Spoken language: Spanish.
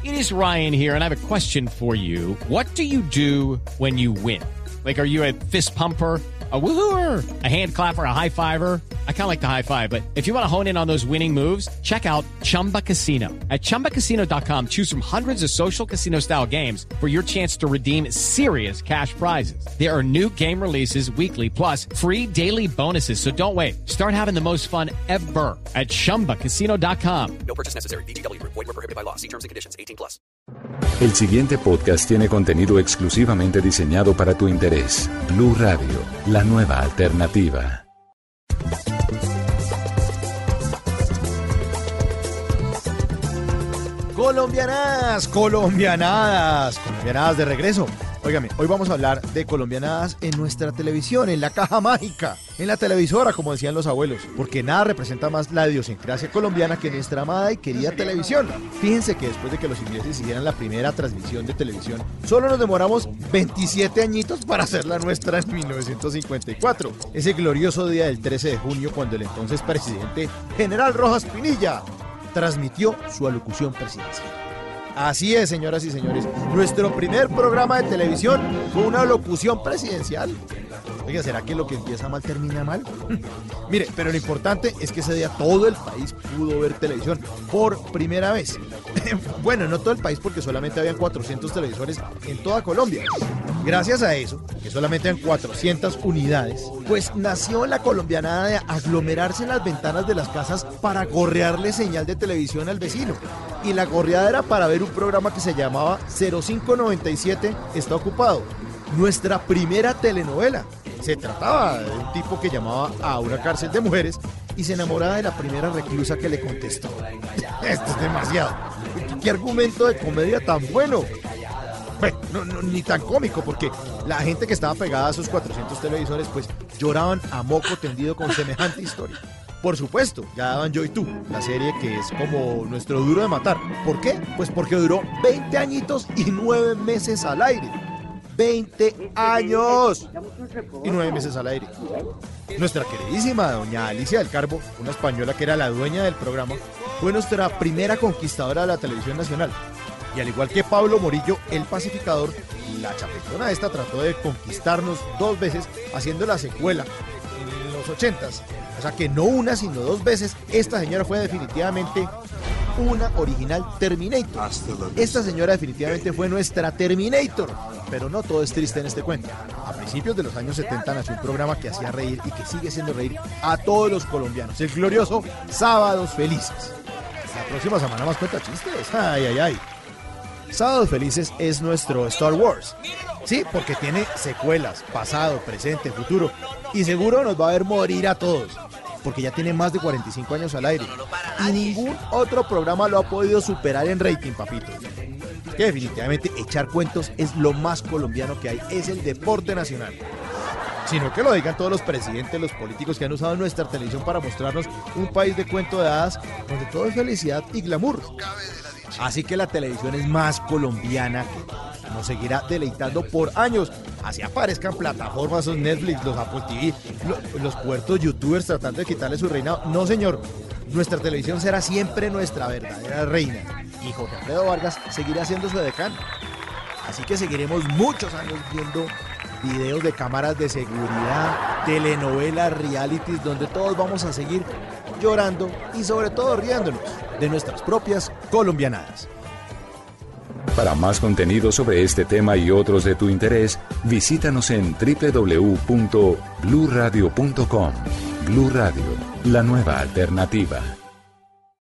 It is Ryan here, and I have a question for you. What do you do when you win? Like, are you a fist pumper, a woohooer, a hand clapper, a high fiver? I kind of like the high five, but if you want to hone in on those winning moves, check out Chumba Casino. At ChumbaCasino.com, choose from hundreds of social casino-style games for your chance to redeem serious cash prizes. There are new game releases weekly, plus free daily bonuses, so don't wait. Start having the most fun ever at ChumbaCasino.com. No purchase necessary. VGW Group. Void where prohibited by law. See terms and conditions. 18+. El siguiente podcast tiene contenido exclusivamente diseñado para tu interés. Blue Radio, la nueva alternativa. Colombianadas de regreso. Óigame, hoy vamos a hablar de colombianadas en nuestra televisión, en la caja mágica, en la televisora, como decían los abuelos, porque nada representa más la idiosincrasia colombiana que nuestra amada y querida televisión. Fíjense que después de que los ingleses hicieran la primera transmisión de televisión, solo nos demoramos 27 añitos para hacer la nuestra en 1954, ese glorioso día del 13 de junio, cuando el entonces presidente General Rojas Pinilla transmitió su alocución presidencial. Así es, señoras y señores, nuestro primer programa de televisión fue una locución presidencial. Oiga, ¿será que lo que empieza mal termina mal? Mire, pero lo importante es que ese día todo el país pudo ver televisión por primera vez. Bueno, no todo el país, porque solamente habían 400 televisores en toda Colombia. Gracias a eso, que solamente eran 400 unidades, pues nació la colombianada de aglomerarse en las ventanas de las casas para gorrearle señal de televisión al vecino. Y la gorreada era para ver un programa que se llamaba 0597 está ocupado, nuestra primera telenovela. Se trataba de un tipo que llamaba a una cárcel de mujeres y se enamoraba de la primera reclusa que le contestó. Esto es demasiado. ¿Qué argumento de comedia tan bueno? Bueno, no, ni tan cómico, porque la gente que estaba pegada a esos 400 televisores pues lloraban a moco tendido con semejante historia. Por supuesto, ya daban Yo y Tú, la serie que es como nuestro Duro de Matar. ¿Por qué? Pues porque duró 20 añitos y 9 meses al aire. 20 años y 9 meses al aire. Nuestra queridísima doña Alicia del Carbo, una española que era la dueña del programa, fue nuestra primera conquistadora de la televisión nacional. Y al igual que Pablo Morillo, el pacificador, la chapetona esta trató de conquistarnos 2 veces haciendo la secuela en los 80s. O sea que no una, sino 2 veces. Esta señora fue definitivamente una original Terminator. Esta señora definitivamente fue nuestra Terminator. Pero no todo es triste en este cuento. A principios de los años 70 nació un programa que hacía reír y que sigue haciendo reír a todos los colombianos. El glorioso Sábados Felices. La próxima semana más cuenta chistes. Ay. Sábados Felices es nuestro Star Wars. Sí, porque tiene secuelas, pasado, presente, futuro. Y seguro nos va a ver morir a todos, porque ya tiene más de 45 años al aire. Y ningún otro programa lo ha podido superar en rating, papito. Que definitivamente echar cuentos es lo más colombiano que hay, es el deporte nacional. Sino que lo digan todos los presidentes, los políticos que han usado nuestra televisión para mostrarnos un país de cuento de hadas donde todo es felicidad y glamour. Así que la televisión es más colombiana que nos seguirá deleitando por años. Así aparezcan plataformas, los Netflix, los Apple TV, los puertos youtubers tratando de quitarle su reinado. No, señor, nuestra televisión será siempre nuestra verdadera reina. Y Jorge Alfredo Vargas seguirá siendo su decano. Así que seguiremos muchos años viendo videos de cámaras de seguridad, telenovelas, realities, donde todos vamos a seguir llorando y sobre todo riéndonos de nuestras propias colombianadas. Para más contenido sobre este tema y otros de tu interés, visítanos en www.bluradio.com. Blue Radio, la nueva alternativa.